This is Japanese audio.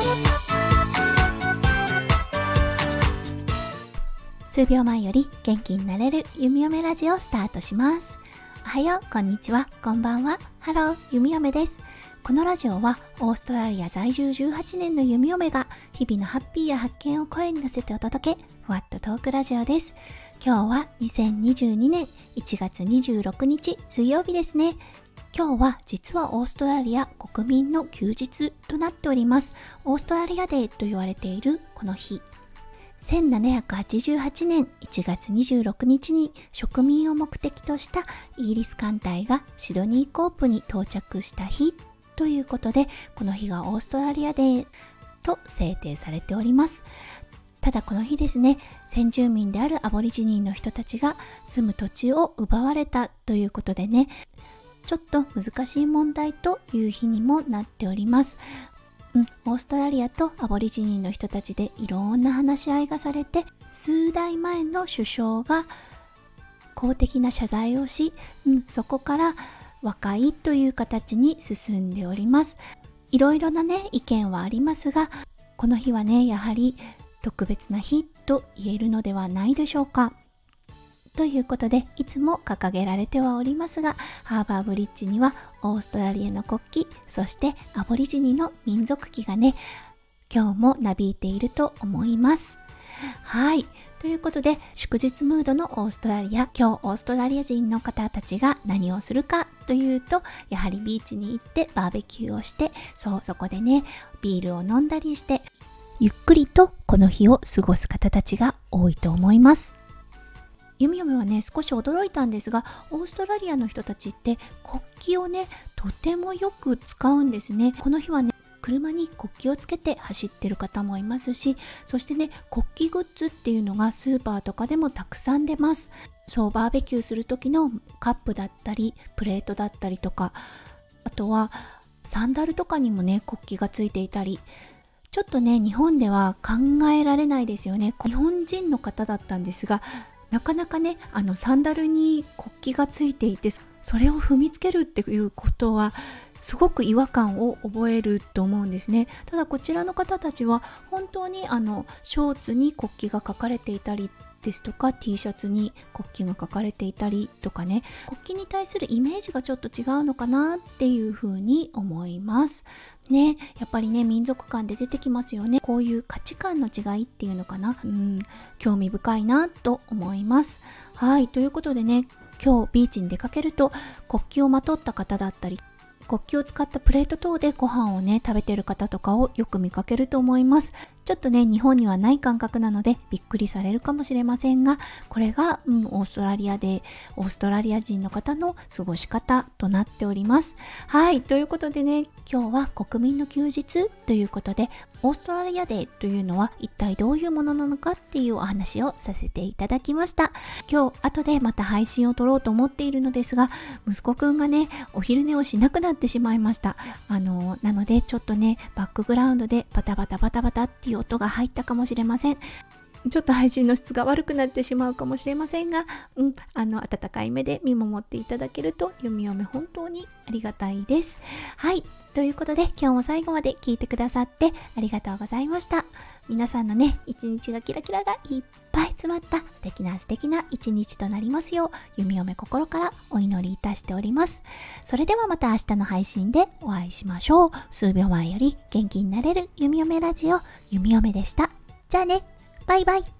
数秒前より元気になれる弓嫁ラジオスタートします。おはよう、こんにちは、こんばんは。ハロー、弓嫁です。このラジオはオーストラリア在住18年の弓嫁が日々のハッピーや発見を声に乗せてお届け、ふわっとトークラジオです。今日は2022年1月26日水曜日ですね。今日は実はオーストラリア国民の休日となっております。オーストラリアデーと言われているこの日、1788年1月26日に植民を目的としたイギリス艦隊がシドニーコープに到着した日ということで、この日がオーストラリアデーと制定されております。ただこの日ですね、先住民であるアボリジニーの人たちが住む土地を奪われたということでね、ちょっと難しい問題という日にもなっております。オーストラリアとアボリジニーの人たちでいろんな話し合いがされて、数代前の首相が公的な謝罪をし、そこから和解という形に進んでおります。いろいろなね意見はありますが、この日はねやはり特別な日と言えるのではないでしょうか。ということで、いつも掲げられてはおりますが、ハーバーブリッジにはオーストラリアの国旗、そしてアボリジニの民族旗がね、今日もなびいていると思います。はい。ということで、祝日ムードのオーストラリア、今日オーストラリア人の方たちが何をするかというと、やはりビーチに行ってバーベキューをして、そこでね、ビールを飲んだりして、ゆっくりとこの日を過ごす方たちが多いと思います。弓嫁はね少し驚いたんですが、オーストラリアの人たちって国旗をねとてもよく使うんですね。この日はね車に国旗をつけて走ってる方もいますし、そしてね国旗グッズっていうのがスーパーとかでもたくさん出ます。バーベキューする時のカップだったりプレートだったりとか、あとはサンダルとかにもね国旗がついていたり、ちょっとね日本では考えられないですよね。日本人の方だったんですが、なかなかねサンダルに国旗がついていて、それを踏みつけるっていうことはすごく違和感を覚えると思うんですね。ただこちらの方たちは本当にショーツに国旗が書かれていたりですとか、 T シャツに国旗が書かれていたりとかね、国旗に対するイメージがちょっと違うのかなっていうふうに思いますね。やっぱりね民族間で出てきますよね。こういう価値観の違いっていうのかな、興味深いなと思います。はい。ということでね、今日ビーチに出かけると国旗をまとった方だったり、国旗を使ったプレート等でご飯をね食べてる方とかをよく見かけると思います。ちょっとね日本にはない感覚なのでびっくりされるかもしれませんが、これが、オーストラリアでオーストラリア人の方の過ごし方となっております。はい。ということでね、今日は国民の休日ということで、オーストラリアデーというのは一体どういうものなのかっていうお話をさせていただきました。今日後でまた配信を撮ろうと思っているのですが、息子くんがねお昼寝をしなくなってしまいました。なのでちょっとねバックグラウンドでバタバタバタバタっていう音が入ったかもしれません。ちょっと配信の質が悪くなってしまうかもしれませんが、温かい目で見守っていただけると弓嫁本当にありがたいです。はい。ということで今日も最後まで聞いてくださってありがとうございました。皆さんのね一日がキラキラがいっぱい詰まった素敵な一日となりますよう、弓嫁心からお祈りいたしております。それではまた明日の配信でお会いしましょう。数秒前より元気になれる弓嫁ラジオ、弓嫁でした。じゃあね、バイバイ。